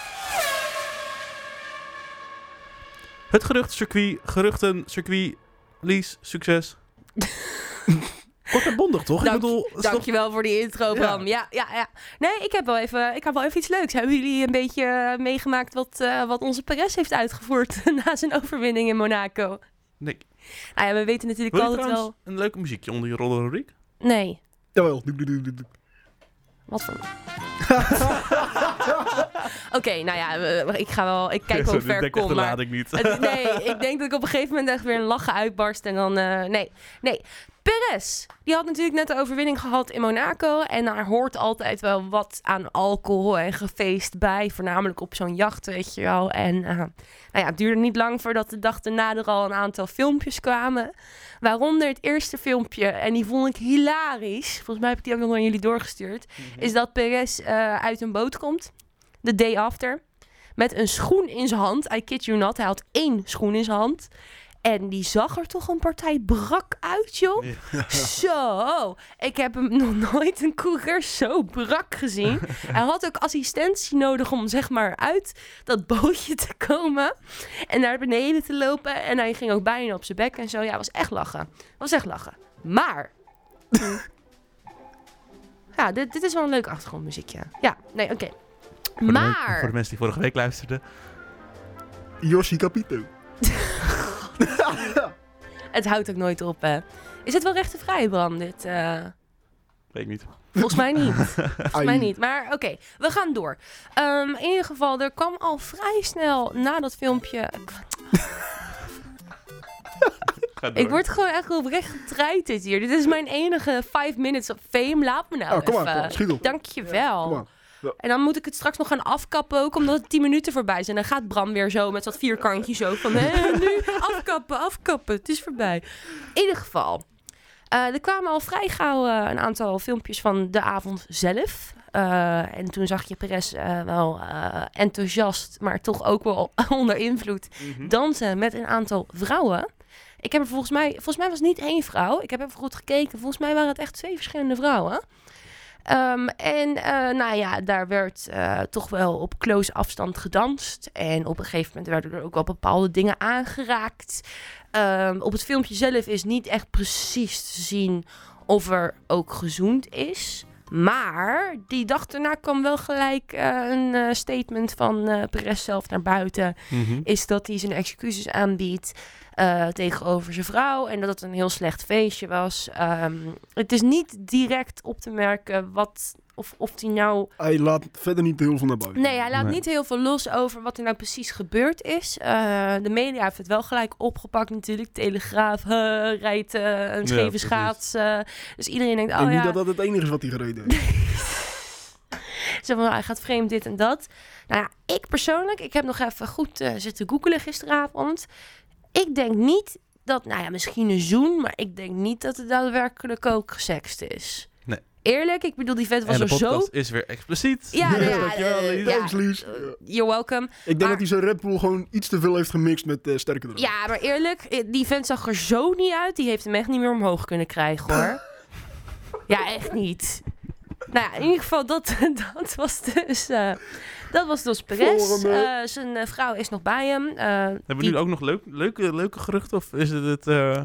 Het geruchtencircuit, Lies, succes. Kort en bondig, toch? Ik bedoel, Dankjewel voor die intro, Bram. Ja. Nee, ik heb wel even iets leuks. Hebben jullie een beetje meegemaakt wat onze Perez heeft uitgevoerd na zijn overwinning in Monaco? Nee. Nou ja, we weten natuurlijk Wil je altijd trouwens wel... een leuk muziekje onder je roddelrubriek? Nee. Jawel. Wat voor... Oké, nou ja, ik kijk wel hoe ver ik kom. Maar ik niet. nee, ik denk dat ik op een gegeven moment echt weer een lachen uitbarst. En dan, nee. Perez, die had natuurlijk net de overwinning gehad in Monaco. En daar hoort altijd wel wat aan alcohol en gefeest bij. Voornamelijk op zo'n jacht, weet je wel. En nou ja, het duurde niet lang voordat de dag erna er al een aantal filmpjes kwamen. Waaronder het eerste filmpje, en die vond ik hilarisch. Volgens mij heb ik die ook nog aan jullie doorgestuurd. Is dat Perez uit een boot komt, de day after. Met een schoen in zijn hand. I kid you not, hij had 1 schoen in zijn hand. En die zag er toch een partij brak uit, joh. Ja. Zo, ik heb hem nog nooit een coureur zo brak gezien. Hij had ook assistentie nodig om zeg maar uit dat bootje te komen. En naar beneden te lopen. En hij ging ook bijna op zijn bek en zo. Ja, was echt lachen. Maar... ja, dit is wel een leuk achtergrondmuziekje. Ja, nee, oké. Maar... Voor de mensen die vorige week luisterden. Yoshi Capito. Het houdt ook nooit op, hè. Is het wel rechtenvrij, Bram, dit? Weet ik niet. Volgens mij niet. Volgens mij niet. Maar oké, we gaan door. In ieder geval, er kwam al vrij snel na dat filmpje... Ik word gewoon echt oprecht getreiterd hier. Dit is mijn enige 5 minutes of fame. Laat me nou kom even. maar, schiet op. Dankjewel. Kom maar. Ja. En dan moet ik het straks nog gaan afkappen ook, omdat het 10 minuten voorbij zijn. Dan gaat Bram weer zo met dat vierkantje zo van... nu afkappen, het is voorbij. In ieder geval, er kwamen al vrij gauw een aantal filmpjes van de avond zelf. En toen zag je Perez wel enthousiast, maar toch ook wel onder invloed dansen met een aantal vrouwen. Ik heb er volgens mij was het niet 1 vrouw. Ik heb even goed gekeken. Volgens mij waren het echt 2 verschillende vrouwen. Nou ja, daar werd toch wel op close afstand gedanst. En op een gegeven moment werden er ook wel bepaalde dingen aangeraakt. Op het filmpje zelf is niet echt precies te zien of er ook gezoend is. Maar die dag daarna kwam wel gelijk een statement van Perez zelf naar buiten. Is dat hij zijn excuses aanbiedt tegenover zijn vrouw. En dat het een heel slecht feestje was. Het is niet direct op te merken of hij nou... Hij laat verder niet heel veel naar buiten. Nee, hij laat niet heel veel los over wat er nou precies gebeurd is. De media heeft het wel gelijk opgepakt natuurlijk. Telegraaf rijdt een scheve schaats. Dus iedereen denkt, Ik denk niet dat dat het enige is wat hij gereden heeft. Zeg maar, hij gaat vreemd dit en dat. Nou ja, ik persoonlijk, ik heb nog even goed zitten googelen gisteravond. Ik denk niet dat, nou ja, misschien een zoen, maar ik denk niet dat het daadwerkelijk ook gesext is. Nee. Eerlijk, ik bedoel, die vent was En de er zo... podcast is weer expliciet. Ja, nou ja, Dankjewel, Lies. Thanks, Lies. You're welcome. Ik denk Maar- dat hij zijn Red Bull gewoon iets te veel heeft gemixt met sterke drank. Ja, maar eerlijk, die vent zag er zo niet uit. Die heeft hem echt niet meer omhoog kunnen krijgen, hoor. Ja, echt niet. Nou ja, in ieder geval, dat was dus Perez. Volgende. Zijn vrouw is nog bij hem. Hebben we die- nu ook nog leuke geruchten? Of is het...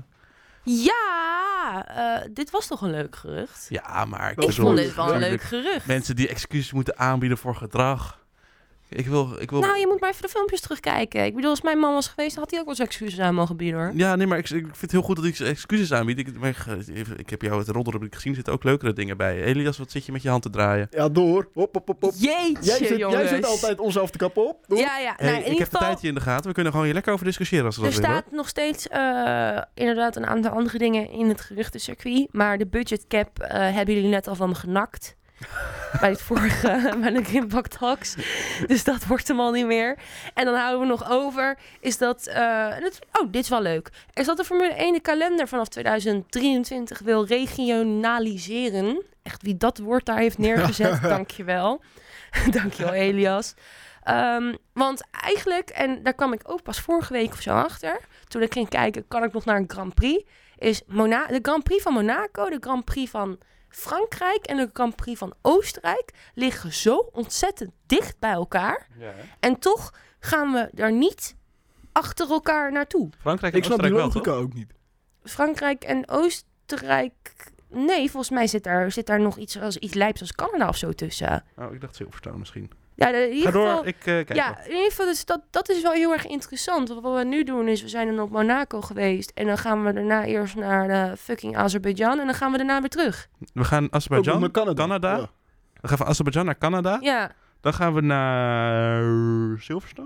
Ja, dit was toch een leuk gerucht? Ja, maar... Ik bedoel, vond dit wel een natuurlijk leuk gerucht. Mensen die excuses moeten aanbieden voor gedrag. Ik wil... Nou, je moet maar even de filmpjes terugkijken. Ik bedoel, als mijn man was geweest, dan had hij ook wel eens excuses aan mogen bieden, hoor. Ja, nee, maar ik vind het heel goed dat ik excuses aanbied. Ik heb jou het roddelrubriek gezien, er zitten ook leukere dingen bij. Elias, wat zit je met je hand te draaien? Ja, door. Hop. Jeetje, jongens. Jij zit altijd onszelf te kappen op. Door. Ja, ja. Hey, Nou, in ik ieder heb de geval... tijd hier in de gaten. We kunnen gewoon hier lekker over discussiëren als we Er dat willen. staat nog steeds inderdaad een aantal andere dingen in het geruchtencircuit. Maar de budgetcap hebben jullie net al van me genakt. Bij het vorige, bij de Grimpak Talks. Dus dat wordt hem al niet meer. En dan houden we nog over, is dat... dit is wel leuk. Is dat de Formule 1 de kalender vanaf 2023 wil regionaliseren. Echt, wie dat woord daar heeft neergezet, dankjewel. Dankjewel, Elias. Want eigenlijk, en daar kwam ik ook pas vorige week of zo achter... toen ik ging kijken, kan ik nog naar een Grand Prix... is de Grand Prix van Monaco, de Grand Prix van Frankrijk... en de Grand Prix van Oostenrijk liggen zo ontzettend dicht bij elkaar. Ja, hè? En toch gaan we daar niet achter elkaar naartoe. Frankrijk en Ik snap die Oostenrijk wel, logica toch? ook niet. Frankrijk en Oostenrijk... Nee, volgens mij zit daar nog iets lijps als Canada of zo tussen. Oh, ik dacht Silverstone misschien. Ja, in Ga ieder door, geval... ik kijk Ja, wel. in ieder geval, dus dat is wel heel erg interessant. Want wat we nu doen is, we zijn dan op Monaco geweest. En dan gaan we daarna eerst naar de fucking Azerbeidzjan. En dan gaan we daarna weer terug. We gaan Ook Azerbeidzjan, nog naar Canada. Canada. Ja. Dan gaan we van Azerbeidzjan naar Canada. Ja. Dan gaan we naar Silverstone.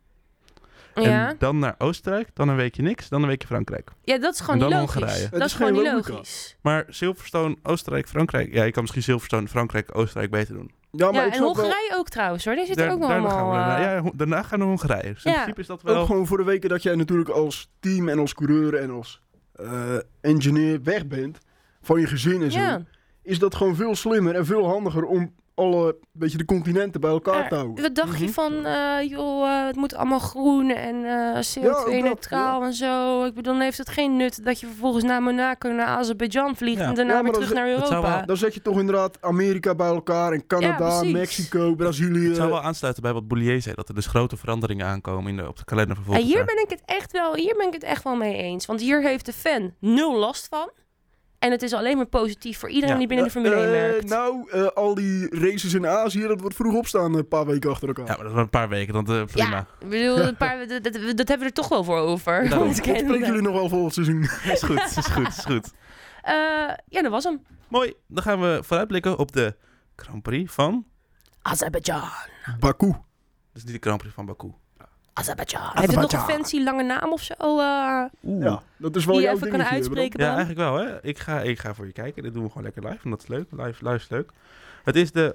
Ja, En dan naar Oostenrijk. Dan een weekje niks. Dan een weekje Frankrijk. ja dat is gewoon En niet dan logisch. Hongarije. Dat Het is is gewoon geen niet logica. logisch. Maar Silverstone, Oostenrijk, Frankrijk. Ja, je kan misschien Silverstone, Frankrijk, Oostenrijk beter doen. Ja, maar Ja, ik en snap wel... Hongarije ook trouwens hoor. Die zit er ook nog daarna allemaal... gaan we daarna, daarna gaan we naar Hongarije. Dus in Ja. principe is dat wel... Ook gewoon voor de weken dat jij natuurlijk als team en als coureur en als engineer weg bent van je gezin en zo, ja. is dat gewoon veel slimmer en veel handiger om alle, beetje de continenten bij elkaar te houden. Wat dacht je Mhm. van, het moet allemaal groen en CO2-neutraal en zo. Ik bedoel, dan heeft het geen nut dat je vervolgens naar Monaco, naar Azerbeidzjan vliegt Ja. en daarna Ja, weer maar terug dat naar dat zou Europa. wel- Dan zet je toch inderdaad Amerika bij elkaar en Canada, Ja, precies. Mexico, Brazilië. Het zou wel aansluiten bij wat Boulier zei, dat er dus grote veranderingen aankomen op de kalender van En volgend hier jaar. ben ik het echt wel mee eens. Want hier heeft de fan 0 last van. En het is alleen maar positief voor iedereen Ja. die binnen de Formule 1 werkt. Al die races in Azië, dat wordt vroeg opstaan een paar weken achter elkaar. Ja, maar dat is wel een paar weken, dan prima. Ja, ik bedoel, dat hebben we er toch wel voor over. Daarom. Want ik Dat ken spreken het. jullie nog wel volgend seizoen. Is goed, is goed, is goed. Ja, dat was hem. Mooi, dan gaan we vooruitblikken op de Grand Prix van... Azerbeidzjan. Baku. Dat is niet de Grand Prix van Baku. Azerbeidzjan. Heeft het nog een fancy lange naam of zo? Ja, dat is wel Die je jouw even dingetje. kan uitspreken, Ja, Bram? eigenlijk wel, hè. Ik ga voor je kijken. Dit doen we gewoon lekker live, want dat is leuk. Live is leuk. Het is de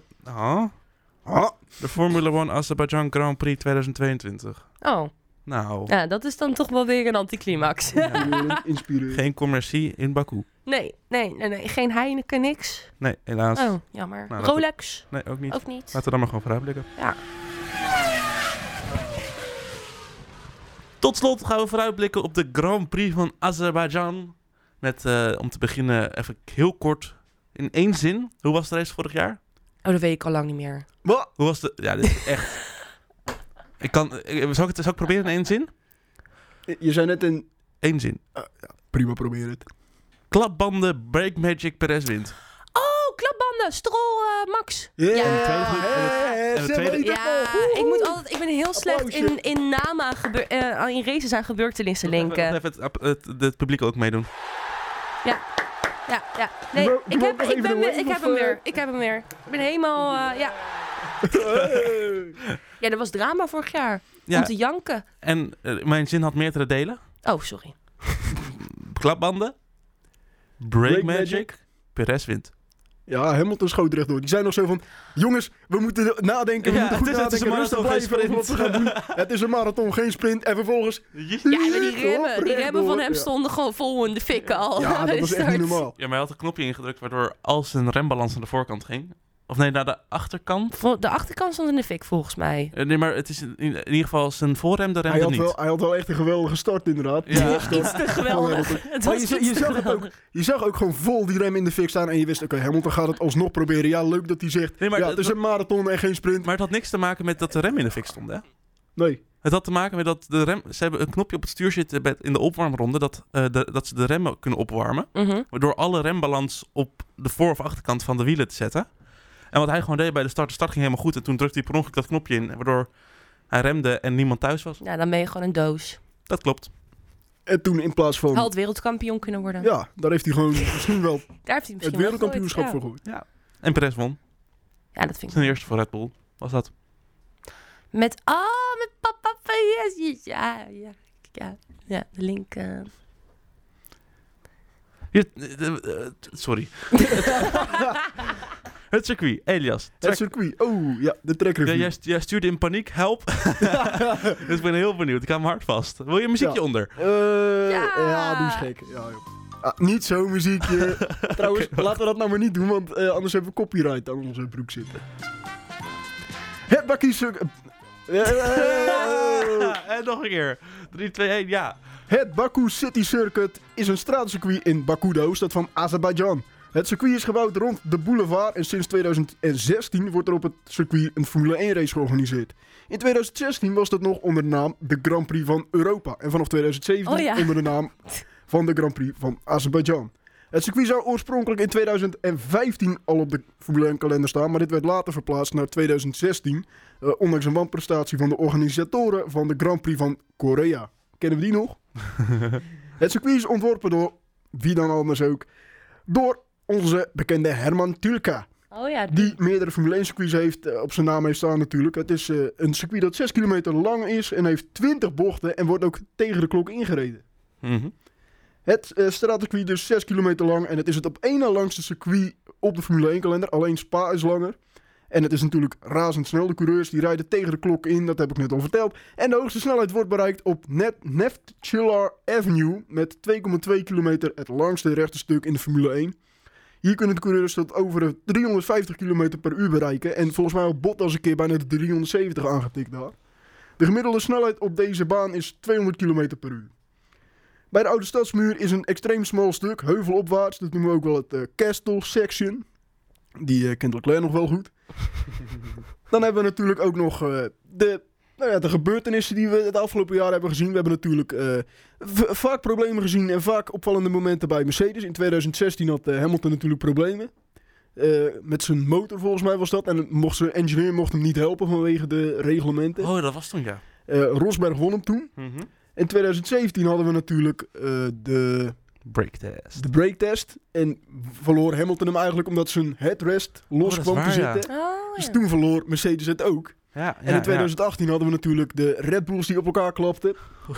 Formula 1 Azerbeidzjan Grand Prix 2022. Oh, Nou, ja, dat is dan toch wel weer een anticlimax. Inspirerend. geen commercie in Baku. Nee. Geen Heineken, niks. Nee, helaas. Oh, jammer. Nou, dat- Rolex? Nee, ook niet. Ook niet. Laten we dan maar gewoon vooruitblikken. Ja. Tot slot gaan we vooruitblikken op de Grand Prix van Azerbeidzjan. Met, om te beginnen, even heel kort, in 1 zin. Hoe was de race vorig jaar? Oh, dat weet ik al lang niet meer. Wat? Hoe was de... Ja, dit is echt... Zal ik het proberen in 1 zin? Je zei net in... 1 zin. Prima, probeer het. Klapbanden, Brake Magic, Perez wint. Oh, klapbanden, Stroll, Max. Yeah. Ja. En de tweede- Ja, ik ben heel slecht Applausje. in namen, in races aan gebeurtenissen linken. Even het publiek ook meedoen. Ja. Nee, Doe ook nog even de wave ik heb of, hem weer. Ik heb hem weer. Ik ben helemaal, ja. Ja, dat was drama vorig jaar. Ja, Om te janken. en mijn zin had meerdere delen. Oh, sorry. Klapbanden, Brake Brake Magic, Magic. Perez wint. Ja, Hamilton schoot rechtdoor. Die zijn nog zo van... Jongens, we moeten nadenken. We moeten goed het is een nadenken. marathon, Rustig blijven over wat we gaan doen. Het is een marathon, geen sprint. En vervolgens... Ja, maar die remmen van hem stonden gewoon vol in de fik al. Ja, dat was echt niet normaal. Ja, maar hij had een knopje ingedrukt waardoor als zijn rembalans aan de voorkant ging... Of nee, naar de achterkant. De achterkant stond in de fik, volgens mij. Nee, maar het is in ieder geval zijn voorrem, de remde niet. Hij had wel echt een geweldige start, inderdaad. Ja. Iets te geweldig. Je zag ook gewoon vol die rem in de fik staan. En je wist, oké, Hamilton gaat het alsnog proberen. Ja, leuk dat hij zegt, Nee, maar het is een marathon en geen sprint. Maar het had niks te maken met dat de rem in de fik stond, hè? Nee. Het had te maken met dat de rem... Ze hebben een knopje op het stuur zitten in de opwarmronde... dat ze de remmen kunnen opwarmen. Waardoor alle rembalans op de voor- of achterkant van de wielen te zetten. En wat hij gewoon deed bij de start ging helemaal goed. En toen drukte hij per ongeluk dat knopje in. Waardoor hij remde en niemand thuis was. Ja, dan ben je gewoon een doos. Dat klopt. En toen in plaats van... Hij had wereldkampioen kunnen worden. Ja, daar heeft hij gewoon misschien wel Daar heeft hij misschien het wereldkampioenschap voor goed. Ja. En Perez won. Ja, dat vind ik. Zijn eerste voor Red Bull was dat. Met papa yes. Ja, de link. Sorry. Het circuit, Elias. Het circuit. Oh, ja, de trackreview. Jij stuurde in paniek, help. Dus ik ben heel benieuwd. Ik hou me hard vast. Wil je een muziekje onder? Ja, die is gek. Ja, joh. Niet zo'n muziekje. Trouwens, laten we dat nou maar niet doen, want anders hebben we copyright aan onze broek zitten. Het Baku circuit. En nog een keer. 3, 2, 1, ja. Het Baku City Circuit is een straatcircuit in Baku, de hoofdstad van Azerbeidzjan. Het circuit is gebouwd rond de boulevard en sinds 2016 wordt er op het circuit een Formule 1 race georganiseerd. In 2016 was dat nog onder de naam de Grand Prix van Europa en vanaf 2017 onder de naam van de Grand Prix van Azerbeidzjan. Het circuit zou oorspronkelijk in 2015 al op de Formule 1 kalender staan, maar dit werd later verplaatst naar 2016, ondanks een wanprestatie van de organisatoren van de Grand Prix van Korea. Kennen we die nog? Het circuit is ontworpen door, wie dan anders ook, door onze bekende Herman Tilke. Oh ja, Die meerdere Formule 1 circuits heeft, op zijn naam heeft staan natuurlijk. Het is een circuit dat 6 kilometer lang is en heeft 20 bochten en wordt ook tegen de klok ingereden. Het straatcircuit dus 6 kilometer lang en het is het op één na langste circuit op de Formule 1 kalender. Alleen Spa is langer. En het is natuurlijk razendsnel. De coureurs die rijden tegen de klok in, dat heb ik net al verteld. En de hoogste snelheid wordt bereikt op Neftchila Avenue met 2,2 kilometer, het langste rechte stuk in de Formule 1. Hier kunnen de coureurs tot over de 350 km per uur bereiken. En volgens mij had Bottas een keer bijna de 370 aangetikt daar. De gemiddelde snelheid op deze baan is 200 km per uur. Bij de Oude Stadsmuur is een extreem smal stuk, heuvelopwaarts. Dat noemen we ook wel het Castle Section. Die kent Leclerc nog wel goed. Dan hebben we natuurlijk ook nog de gebeurtenissen die we het afgelopen jaar hebben gezien. We hebben natuurlijk vaak problemen gezien en vaak opvallende momenten bij Mercedes. In 2016 had Hamilton natuurlijk problemen. Met zijn motor volgens mij was dat. En zijn engineer mocht hem niet helpen vanwege de reglementen. Oh, dat was toen, ja. Rosberg won hem toen. In 2017 hadden we natuurlijk de brake test. En verloor Hamilton hem eigenlijk omdat zijn headrest los kwam te zitten. Oh, dus toen verloor Mercedes het ook. En in 2018 hadden we natuurlijk de Red Bulls die op elkaar klapten.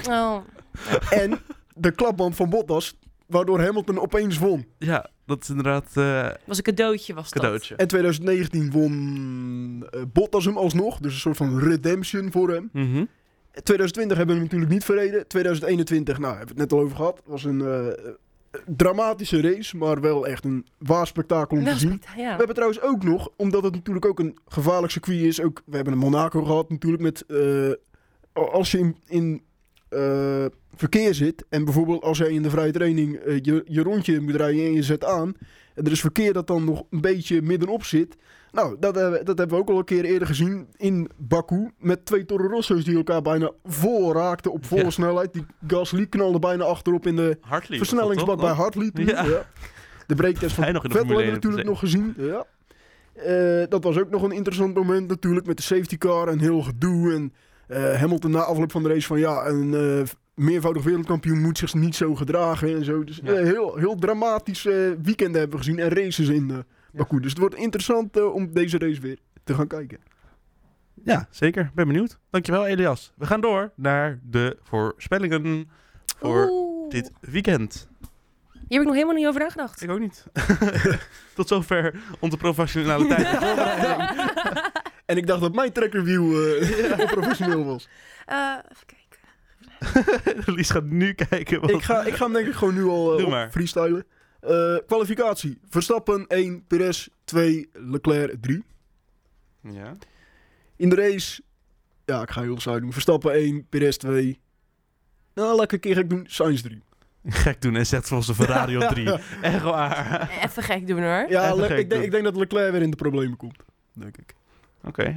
En de klapband van Bottas, waardoor Hamilton opeens won. Ja, dat is inderdaad... was een cadeautje, was dat. En 2019 won Bottas hem alsnog. Dus een soort van redemption voor hem. 2020 hebben we hem natuurlijk niet verreden. 2021, nou, hebben we het net al over gehad. Was een dramatische race, maar wel echt een waar spektakel om te zien. Ja. We hebben trouwens ook nog, omdat het natuurlijk ook een gevaarlijk circuit is, ook, we hebben een Monaco gehad natuurlijk met, als je in verkeer zit en bijvoorbeeld als jij in de vrije training je rondje moet rijden en je zet aan, en er is verkeer dat dan nog een beetje middenop zit. Nou, dat hebben we ook al een keer eerder gezien in Baku. Met 2 Toro Rosso's die elkaar bijna vol raakten op volle snelheid. Die Gasly knalde bijna achterop in de versnellingsbak bij Hartley. Ja. De breaktest van Vettel hebben we natuurlijk nog gezien. Ja. Dat was ook nog een interessant moment natuurlijk met de safety car en heel gedoe. En Hamilton na afloop van de race van ja, een meervoudig wereldkampioen moet zich niet zo gedragen en zo. Dus heel dramatisch weekenden hebben we gezien en races in Baku. Dus het wordt interessant om deze race weer te gaan kijken. Ja, zeker. Ben benieuwd. Dankjewel, Elias. We gaan door naar de voorspellingen voor dit weekend. Hier heb ik nog helemaal niet over nagedacht. Ik ook niet. Tot zover onze professionaliteit. En ik dacht dat mijn trackreview professioneel was. Even kijken. Lies gaat nu kijken. Want... Ik ga hem denk ik gewoon nu al Doe maar. freestylen. Kwalificatie. Verstappen 1, Perez 2, Leclerc 3. Ja. In de race, ja, ik ga heel saai doen. Verstappen 1, Perez 2. Nou, laat ik een keer gek doen. Sainz 3. Gek doen en zegt volgens de Ferrari op 3. Echt waar. Even gek doen hoor. Ja, Even gek ik denk dat Leclerc weer in de problemen komt. Denk ik. Oké.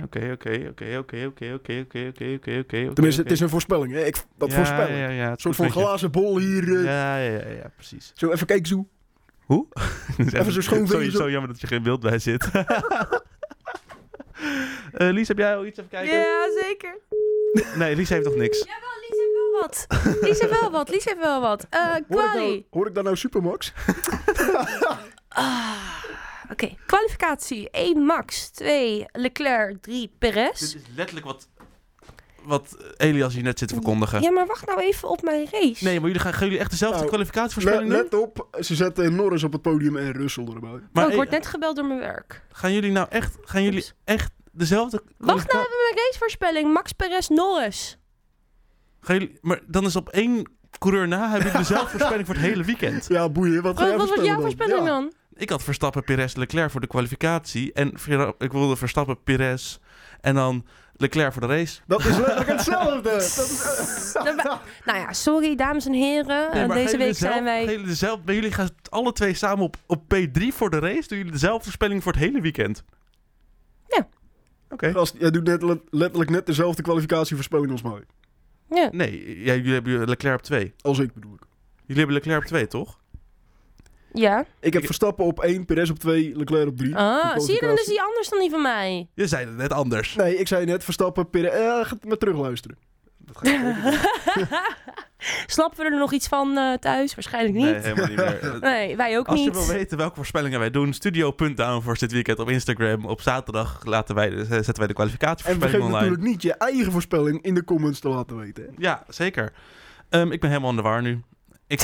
Tenminste, het is een voorspelling. Hè? Dat voorspellen. Ja, Een soort van glazen bol hier. Ja, precies. Zo, even kijken zo. Hoe? Even zo schoon Zo, vegen, zo zo. jammer dat je geen beeld bij zit. Lies, heb jij al iets even kijken? Ja, zeker. Nee, Lies heeft nog niks. Jawel, Lies heeft wel wat. Lies heeft wel wat. Quali. Hoor ik daar nou Supermax? Oké, kwalificatie. 1 Max, 2 Leclerc, 3 Perez. Dit is letterlijk wat Elias hier net zit te verkondigen. Ja, maar wacht nou even op mijn race. Nee, maar gaan jullie echt dezelfde Nou, kwalificatievoorspelling doen? Let op, ze zetten Norris op het podium en Russell erbij. Maar ik word net gebeld door mijn werk. gaan jullie nou echt dezelfde Wacht nou even mijn racevoorspelling. Max, Perez, Norris. Maar dan is op 1 coureur na hebben jullie dezelfde voorspelling voor het hele weekend. Ja, boeien. Wat ga jij Wat wordt jouw voorspelling Ja. dan? Ik had Verstappen, Perez, Leclerc voor de kwalificatie. En ik wilde Verstappen, Perez en dan Leclerc voor de race. Dat is letterlijk hetzelfde. Dat is, Nou ja, sorry dames en heren. Nee, maar Deze gaan week jullie zijn wij... gaan jullie dezelfde, bij jullie gaan alle twee samen op P3 voor de race. Doen jullie dezelfde voorspelling voor het hele weekend? Ja. Oké. Gast, jij doet letterlijk net dezelfde kwalificatievoorspelling als mij. Ja. Nee, jullie hebben Leclerc op 2. Als ik bedoel ik. Jullie hebben Leclerc op 2, toch? Ja. Ik heb Verstappen op 1, Perez op 2, Leclerc op 3. Zie je dan is die anders dan die van mij? Je zei het net anders. Nee, ik zei net Verstappen, Perez... ga maar terugluisteren. Dat ga ik Snappen we er nog iets van thuis? Waarschijnlijk niet. Nee, helemaal niet meer. Nee, wij ook Als niet. je wil weten welke voorspellingen wij doen, studio.downforce dit weekend op Instagram. Op zaterdag zetten wij de En vergeet kwalificatievoorspelling online. natuurlijk niet je eigen voorspelling in de comments te laten weten. Hè. Ja, zeker. Ik ben helemaal in de war nu.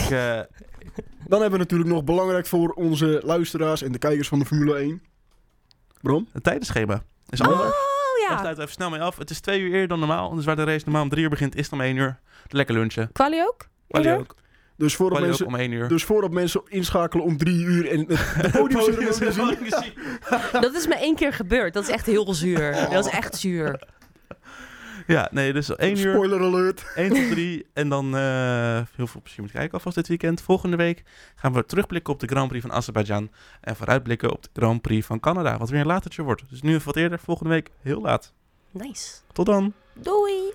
Dan hebben we natuurlijk nog belangrijk voor onze luisteraars en de kijkers van de Formule 1. Bram? Het tijdenschema is Oh anders. Daar ja. sluiten we even snel mee af. Het is 2 uur eerder dan normaal. Dus waar de race normaal om 3 uur begint, is het om 1 uur. Lekker lunchen. Quali ook? Quali Eerder? ook. Dus voordat, Quali ook mensen, om 1 uur. dus voordat mensen inschakelen om 3 uur en de podiumceremonie zien. Dat is me 1 keer gebeurd. Dat is echt heel zuur. Dat is echt zuur. Ja, nee, dus 1 uur. Spoiler alert. 1 tot 3. En dan heel veel plezier met kijken alvast dit weekend. Volgende week gaan we terugblikken op de Grand Prix van Azerbeidzjan. En vooruitblikken op de Grand Prix van Canada. Wat weer een latertje wordt. Dus nu even wat eerder. Volgende week heel laat. Nice. Tot dan. Doei.